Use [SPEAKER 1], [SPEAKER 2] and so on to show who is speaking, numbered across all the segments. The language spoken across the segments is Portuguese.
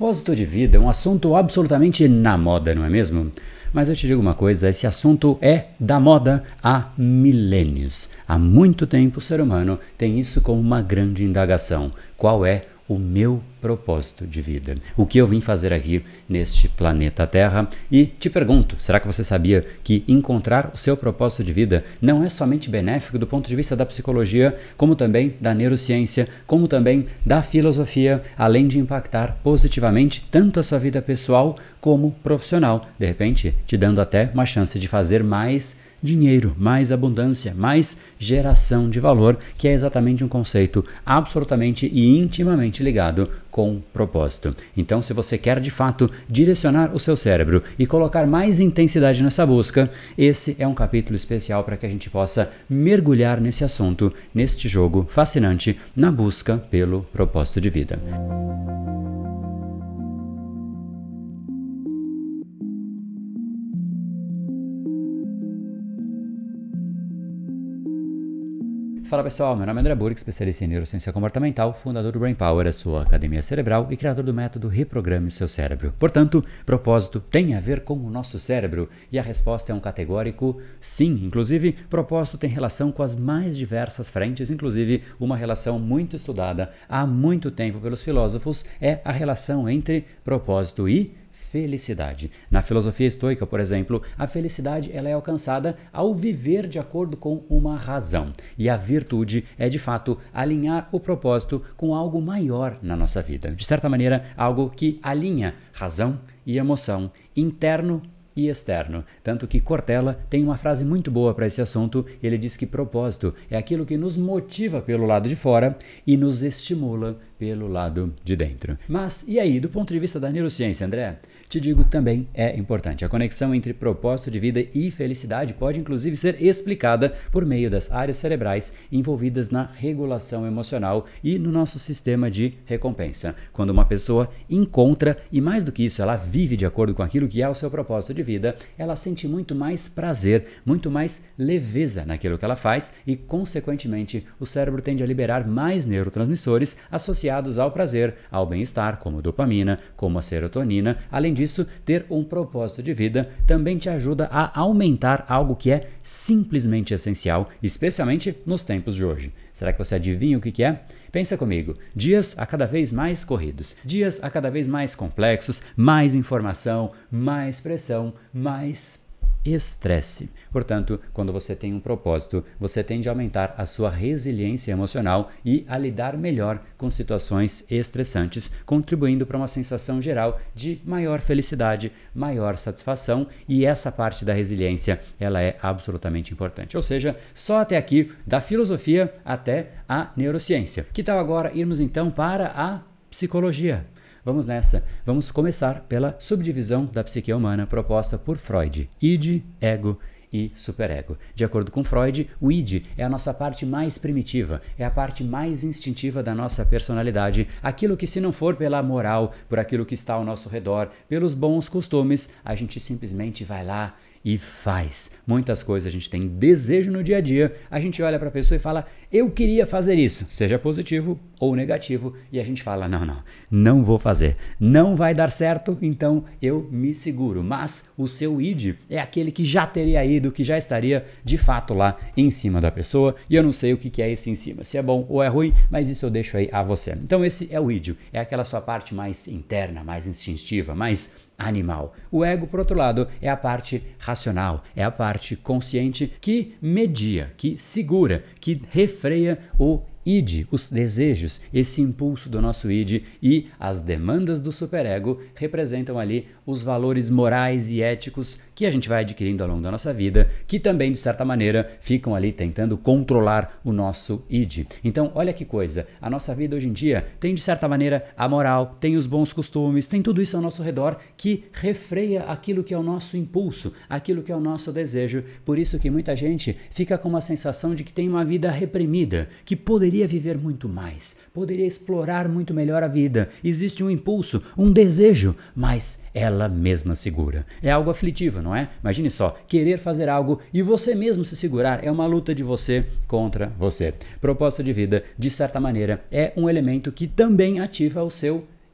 [SPEAKER 1] Propósito de vida é um assunto absolutamente na moda, não é mesmo? Mas eu te digo uma coisa, esse assunto é da moda há milênios. Há muito tempo o ser humano tem isso como uma grande indagação. Qual é o meu propósito de vida? O que eu vim fazer aqui neste planeta Terra? E te pergunto, será que você sabia que encontrar o seu propósito de vida não é somente benéfico do ponto de vista da psicologia, como também da neurociência, como também da filosofia, além de impactar positivamente tanto a sua vida pessoal como profissional, de repente te dando até uma chance de fazer mais dinheiro, mais abundância, mais geração de valor, que é exatamente um conceito absolutamente e intimamente ligado com propósito. Então, se você quer de fato direcionar o seu cérebro e colocar mais intensidade nessa busca, esse é um capítulo especial para que a gente possa mergulhar nesse assunto, neste jogo fascinante na busca pelo propósito de vida. Fala pessoal, meu nome é André Burke, especialista em neurociência comportamental, fundador do Brain Power, a sua academia cerebral e criador do método Reprograme o Seu Cérebro. Portanto, propósito tem a ver com o nosso cérebro? E a resposta é um categórico sim. Inclusive, propósito tem relação com as mais diversas frentes, inclusive uma relação muito estudada há muito tempo pelos filósofos é a relação entre propósito e felicidade. Na filosofia estoica, por exemplo, a felicidade ela é alcançada ao viver de acordo com uma razão. E a virtude é, de fato, alinhar o propósito com algo maior na nossa vida. De certa maneira, algo que alinha razão e emoção, interno e externo. Tanto que Cortella tem uma frase muito boa para esse assunto. Ele diz que propósito é aquilo que nos motiva pelo lado de fora e nos estimula pelo lado de dentro. Mas, e aí, do ponto de vista da neurociência, André? Te digo também é importante. A conexão entre propósito de vida e felicidade pode inclusive ser explicada por meio das áreas cerebrais envolvidas na regulação emocional e no nosso sistema de recompensa. Quando uma pessoa encontra, e mais do que isso, ela vive de acordo com aquilo que é o seu propósito de vida, ela sente muito mais prazer, muito mais leveza naquilo que ela faz e, consequentemente, o cérebro tende a liberar mais neurotransmissores associados ao prazer, ao bem-estar, como dopamina, como a serotonina. Além disso, ter um propósito de vida também te ajuda a aumentar algo que é simplesmente essencial, especialmente nos tempos de hoje. Será que você adivinha o que é? Pensa comigo, dias a cada vez mais corridos, dias a cada vez mais complexos, mais informação, mais pressão, mais estresse. Portanto, quando você tem um propósito, você tende a aumentar a sua resiliência emocional e a lidar melhor com situações estressantes, contribuindo para uma sensação geral de maior felicidade, maior satisfação, e essa parte da resiliência, ela é absolutamente importante. Ou seja, só até aqui, da filosofia até a neurociência. Que tal agora irmos então para a psicologia? Vamos nessa. Vamos começar pela subdivisão da psique humana proposta por Freud: id, ego e superego. De acordo com Freud, o id é a nossa parte mais primitiva, é a parte mais instintiva da nossa personalidade, aquilo que, se não for pela moral, por aquilo que está ao nosso redor, pelos bons costumes, a gente simplesmente vai lá e faz. Muitas coisas a gente tem desejo no dia a dia, a gente olha para a pessoa e fala, eu queria fazer isso, seja positivo ou negativo, e a gente fala, não vou fazer, não vai dar certo, então eu me seguro. Mas o seu id é aquele que já teria ido, que já estaria de fato lá em cima da pessoa, e eu não sei o que é esse em cima, se é bom ou é ruim, mas isso eu deixo aí a você. Então esse é o id, é aquela sua parte mais interna, mais instintiva, mais animal. O ego, por outro lado, é a parte racional, é a parte consciente que media, que segura, que refreia o id, os desejos, esse impulso do nosso id, e as demandas do superego representam ali os valores morais e éticos que a gente vai adquirindo ao longo da nossa vida, que também, de certa maneira, ficam ali tentando controlar o nosso id. Então, olha que coisa, a nossa vida hoje em dia tem, de certa maneira, a moral, tem os bons costumes, tem tudo isso ao nosso redor que refreia aquilo que é o nosso impulso, aquilo que é o nosso desejo. Por isso que muita gente fica com uma sensação de que tem uma vida reprimida, que poderia viver muito mais, poderia explorar muito melhor a vida. Existe um impulso, um desejo, mas ela mesma segura. É algo aflitivo, não é? Imagine só, querer fazer algo e você mesmo se segurar é uma luta de você contra você. Propósito de vida, de certa maneira, é um elemento que também ativa o seu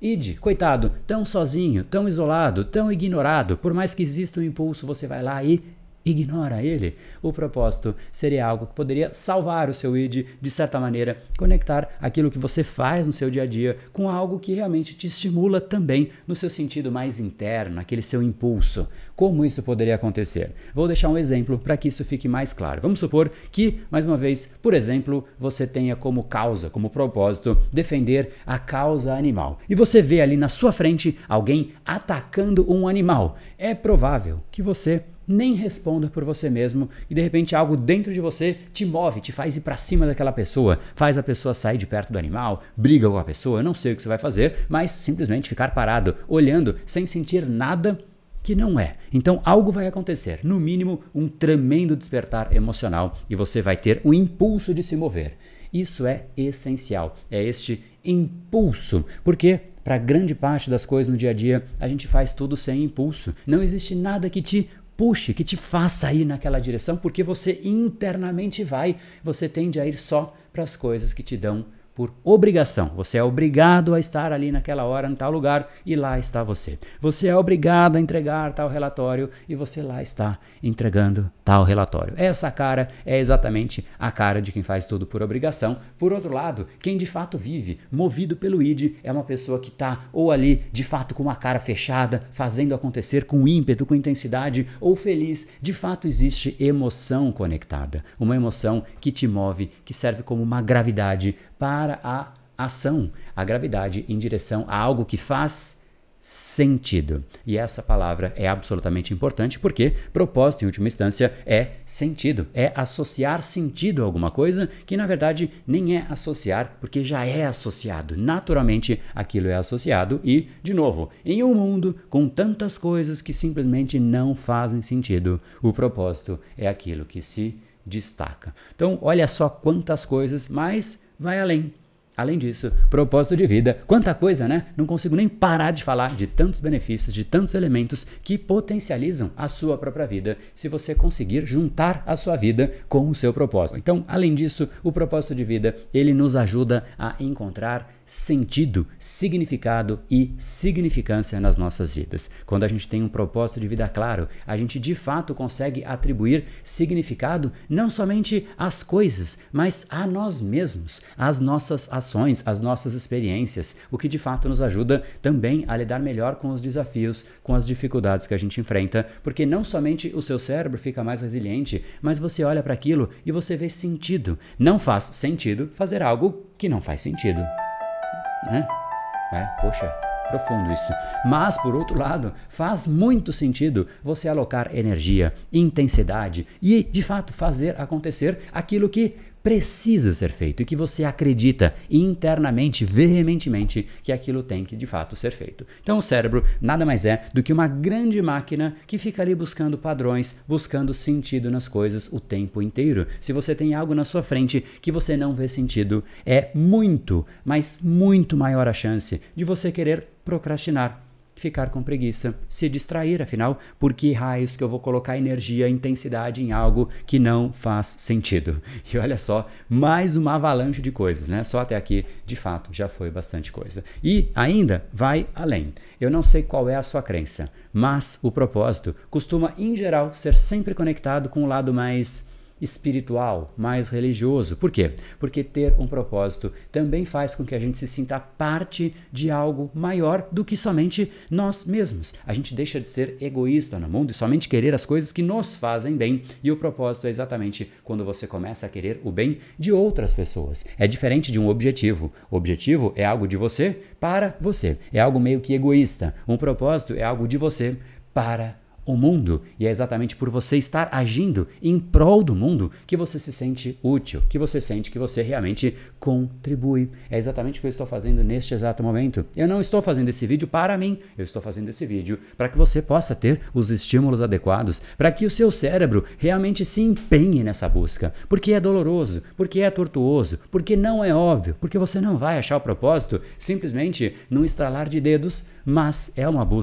[SPEAKER 1] id, coitado, tão sozinho, tão isolado, tão ignorado, por mais que exista um impulso, você vai lá e ignora ele. O propósito seria algo que poderia salvar o seu id, de certa maneira, conectar aquilo que você faz no seu dia a dia com algo que realmente te estimula também no seu sentido mais interno, aquele seu impulso. Como isso poderia acontecer? Vou deixar um exemplo para que isso fique mais claro. Vamos supor que, mais uma vez, por exemplo, você tenha como causa, como propósito, defender a causa animal. E você vê ali na sua frente alguém atacando um animal. É provável que você nem responda por você mesmo e de repente algo dentro de você te move, te faz ir para cima daquela pessoa, faz a pessoa sair de perto do animal, briga com a pessoa, eu não sei o que você vai fazer, mas simplesmente ficar parado, olhando, sem sentir nada que não é. Então algo vai acontecer, no mínimo um tremendo despertar emocional e você vai ter o impulso de se mover. Isso é essencial, é este impulso, porque para grande parte das coisas no dia a dia a gente faz tudo sem impulso, não existe nada que te puxe, que te faça ir naquela direção, porque você internamente vai, você tende a ir só para as coisas que te dão por obrigação. Você é obrigado a estar ali naquela hora, em tal lugar, e lá está você. Você é obrigado a entregar tal relatório e você lá está entregando tal relatório. Essa cara é exatamente a cara de quem faz tudo por obrigação. Por outro lado, quem de fato vive, movido pelo id, é uma pessoa que está ou ali, de fato, com uma cara fechada, fazendo acontecer com ímpeto, com intensidade, ou feliz. De fato, existe emoção conectada. Uma emoção que te move, que serve como uma gravidade para a ação, a gravidade em direção a algo que faz sentido. E essa palavra é absolutamente importante porque propósito, em última instância, é sentido, é associar sentido a alguma coisa que, na verdade, nem é associar, porque já é associado. Naturalmente, aquilo é associado e, de novo, em um mundo com tantas coisas que simplesmente não fazem sentido, o propósito é aquilo que se destaca. Então, olha só quantas coisas, mas vai além. Além disso, propósito de vida, quanta coisa, né? Não consigo nem parar de falar de tantos benefícios, de tantos elementos que potencializam a sua própria vida, se você conseguir juntar a sua vida com o seu propósito. Então, além disso, o propósito de vida, ele nos ajuda a encontrar sentido, significado e significância nas nossas vidas. Quando a gente tem um propósito de vida claro, a gente de fato consegue atribuir significado não somente às coisas, mas a nós mesmos, às nossas ações, às nossas experiências, o que de fato nos ajuda também a lidar melhor com os desafios, com as dificuldades que a gente enfrenta, porque não somente o seu cérebro fica mais resiliente, mas você olha para aquilo e você vê sentido. Não faz sentido fazer algo que não faz sentido. Né? Poxa, profundo isso. Mas, por outro lado, faz muito sentido você alocar energia, intensidade e, de fato, fazer acontecer aquilo que precisa ser feito e que você acredita internamente, veementemente, que aquilo tem que de fato ser feito. Então o cérebro nada mais é do que uma grande máquina que fica ali buscando padrões, buscando sentido nas coisas o tempo inteiro. Se você tem algo na sua frente que você não vê sentido, é muito, mas muito maior a chance de você querer procrastinar, ficar com preguiça, se distrair, afinal, por que raios que eu vou colocar energia, intensidade em algo que não faz sentido? E olha só, mais uma avalanche de coisas, né? Só até aqui, de fato, já foi bastante coisa. E ainda vai além. Eu não sei qual é a sua crença, mas o propósito costuma, em geral, ser sempre conectado com o lado mais espiritual, mais religioso. Por quê? Porque ter um propósito também faz com que a gente se sinta parte de algo maior do que somente nós mesmos. A gente deixa de ser egoísta no mundo e somente querer as coisas que nos fazem bem, e o propósito é exatamente quando você começa a querer o bem de outras pessoas. É diferente de um objetivo. O objetivo é algo de você para você. É algo meio que egoísta. Um propósito é algo de você para o mundo, e é exatamente por você estar agindo em prol do mundo que você se sente útil, que você sente que você realmente contribui. É exatamente o que eu estou fazendo neste exato momento. Eu não estou fazendo esse vídeo para mim, eu estou fazendo esse vídeo para que você possa ter os estímulos adequados, para que o seu cérebro realmente se empenhe nessa busca, porque é doloroso, porque é tortuoso, porque não é óbvio, porque você não vai achar o propósito simplesmente num estralar de dedos, mas é uma busca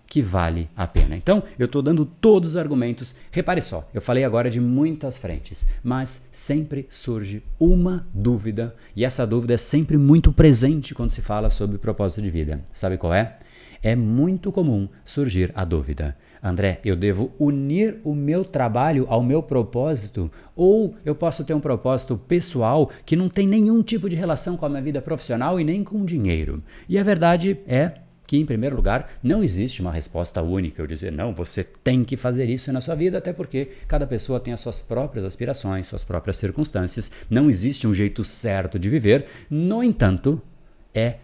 [SPEAKER 1] que vale a pena. Então, eu estou dando todos os argumentos. Repare só, eu falei agora de muitas frentes, mas sempre surge uma dúvida, e essa dúvida é sempre muito presente quando se fala sobre propósito de vida. Sabe qual é? É muito comum surgir a dúvida: André, eu devo unir o meu trabalho ao meu propósito? Ou eu posso ter um propósito pessoal que não tem nenhum tipo de relação com a minha vida profissional e nem com o dinheiro? E a verdade é que, em primeiro lugar, não existe uma resposta única. Eu dizer, não, você tem que fazer isso na sua vida, até porque cada pessoa tem as suas próprias aspirações, suas próprias circunstâncias. Não existe um jeito certo de viver. No entanto, é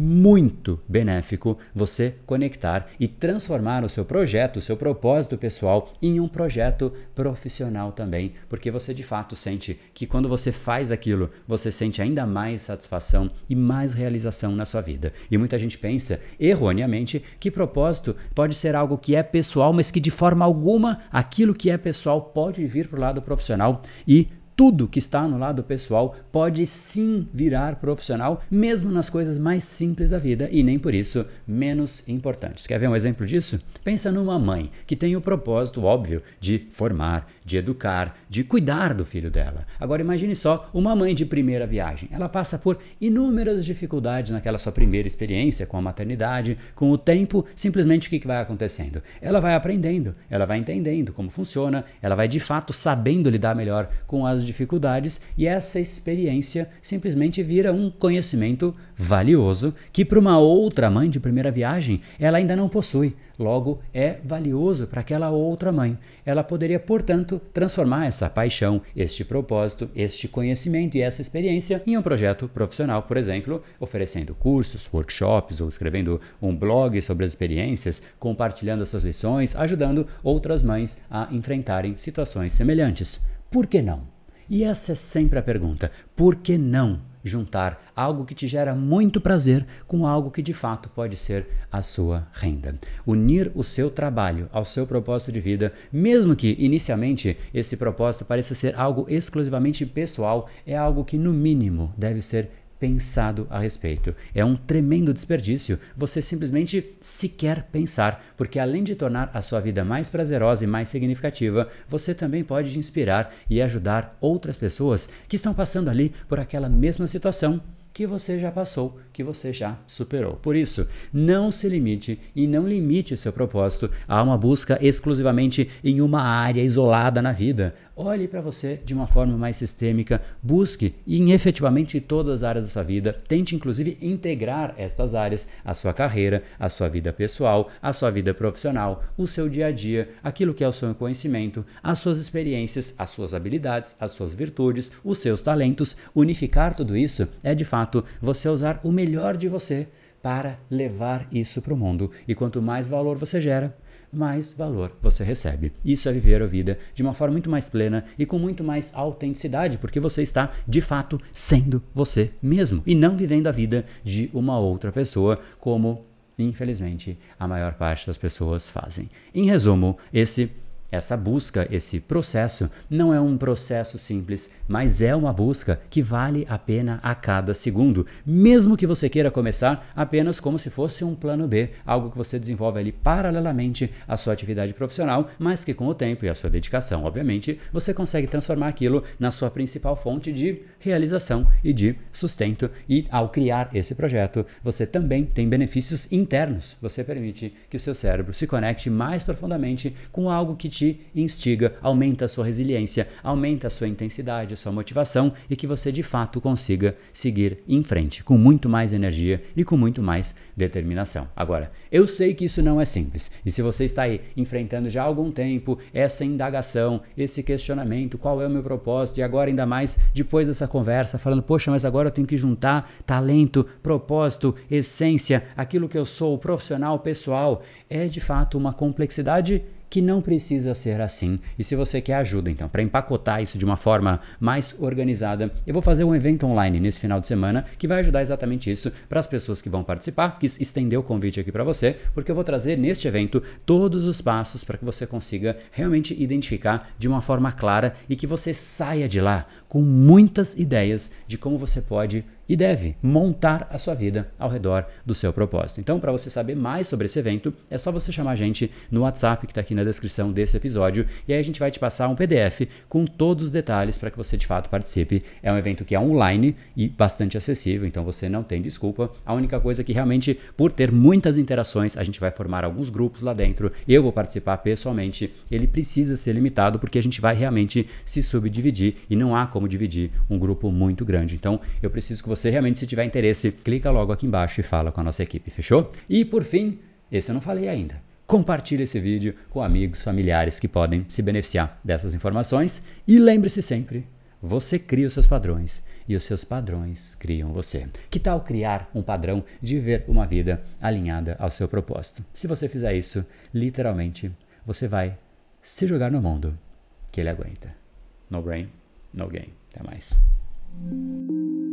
[SPEAKER 1] muito benéfico você conectar e transformar o seu projeto, o seu propósito pessoal em um projeto profissional também, porque você de fato sente que quando você faz aquilo, você sente ainda mais satisfação e mais realização na sua vida. E muita gente pensa, erroneamente, que propósito pode ser algo que é pessoal, mas que de forma alguma aquilo que é pessoal pode vir para o lado profissional, e tudo que está no lado pessoal pode sim virar profissional, mesmo nas coisas mais simples da vida e nem por isso menos importantes. Quer ver um exemplo disso? Pensa numa mãe que tem o propósito óbvio de formar, de educar, de cuidar do filho dela. Agora imagine só uma mãe de primeira viagem. Ela passa por inúmeras dificuldades naquela sua primeira experiência com a maternidade. Com o tempo, simplesmente o que vai acontecendo? Ela vai aprendendo, ela vai entendendo como funciona, ela vai de fato sabendo lidar melhor com as dificuldades, e essa experiência simplesmente vira um conhecimento valioso que para uma outra mãe de primeira viagem ela ainda não possui. Logo, é valioso para aquela outra mãe. Ela poderia, portanto, transformar essa paixão, este propósito, este conhecimento e essa experiência em um projeto profissional, por exemplo, oferecendo cursos, workshops ou escrevendo um blog sobre as experiências, compartilhando essas lições, ajudando outras mães a enfrentarem situações semelhantes. Por que não? E essa é sempre a pergunta: por que não juntar algo que te gera muito prazer com algo que de fato pode ser a sua renda? Unir o seu trabalho ao seu propósito de vida, mesmo que inicialmente esse propósito pareça ser algo exclusivamente pessoal, é algo que no mínimo deve ser pensado a respeito. É um tremendo desperdício você simplesmente sequer pensar, porque além de tornar a sua vida mais prazerosa e mais significativa, você também pode inspirar e ajudar outras pessoas que estão passando ali por aquela mesma situação que você já passou, que você já superou. Por isso, não se limite e não limite o seu propósito a uma busca exclusivamente em uma área isolada na vida. Olhe para você de uma forma mais sistêmica, busque em efetivamente todas as áreas da sua vida, tente inclusive integrar estas áreas, a sua carreira, a sua vida pessoal, a sua vida profissional, o seu dia a dia, aquilo que é o seu conhecimento, as suas experiências, as suas habilidades, as suas virtudes, os seus talentos. Unificar tudo isso é de fato você usar o melhor de você para levar isso para o mundo. E quanto mais valor você gera, mais valor você recebe. Isso é viver a vida de uma forma muito mais plena e com muito mais autenticidade, porque você está, de fato, sendo você mesmo e não vivendo a vida de uma outra pessoa, como, infelizmente, a maior parte das pessoas fazem. Em resumo, essa busca, esse processo, não é um processo simples, mas é uma busca que vale a pena a cada segundo. Mesmo que você queira começar apenas como se fosse um plano B, algo que você desenvolve ali paralelamente à sua atividade profissional, mas que com o tempo e a sua dedicação, obviamente, você consegue transformar aquilo na sua principal fonte de realização e de sustento. E ao criar esse projeto, você também tem benefícios internos. Você permite que o seu cérebro se conecte mais profundamente com algo que te instiga, aumenta a sua resiliência, aumenta a sua intensidade, a sua motivação, e que você de fato consiga seguir em frente com muito mais energia e com muito mais determinação. Agora, eu sei que isso não é simples, e se você está aí enfrentando já há algum tempo essa indagação, esse questionamento, qual é o meu propósito, e agora ainda mais depois dessa conversa, falando, poxa, mas agora eu tenho que juntar talento, propósito, essência, aquilo que eu sou, profissional, pessoal, é de fato uma complexidade que não precisa ser assim. E se você quer ajuda, então, para empacotar isso de uma forma mais organizada, eu vou fazer um evento online nesse final de semana que vai ajudar exatamente isso para as pessoas que vão participar. Quis estender o convite aqui para você, porque eu vou trazer neste evento todos os passos para que você consiga realmente identificar de uma forma clara e que você saia de lá com muitas ideias de como você pode e deve montar a sua vida ao redor do seu propósito. Então, para você saber mais sobre esse evento, é só você chamar a gente no WhatsApp que está aqui na descrição desse episódio e aí a gente vai te passar um PDF com todos os detalhes para que você de fato participe. É um evento que é online e bastante acessível, então você não tem desculpa. A única coisa é que realmente, por ter muitas interações, a gente vai formar alguns grupos lá dentro, eu vou participar pessoalmente, ele precisa ser limitado porque a gente vai realmente se subdividir e não há como dividir um grupo muito grande. Então, eu preciso que você realmente, se tiver interesse, clica logo aqui embaixo e fala com a nossa equipe, fechou? E por fim, esse eu não falei ainda. Compartilhe esse vídeo com amigos, familiares que podem se beneficiar dessas informações e lembre-se sempre, você cria os seus padrões e os seus padrões criam você. Que tal criar um padrão de viver uma vida alinhada ao seu propósito? Se você fizer isso, literalmente, você vai se jogar no mundo que ele aguenta. No brain, no gain. Até mais.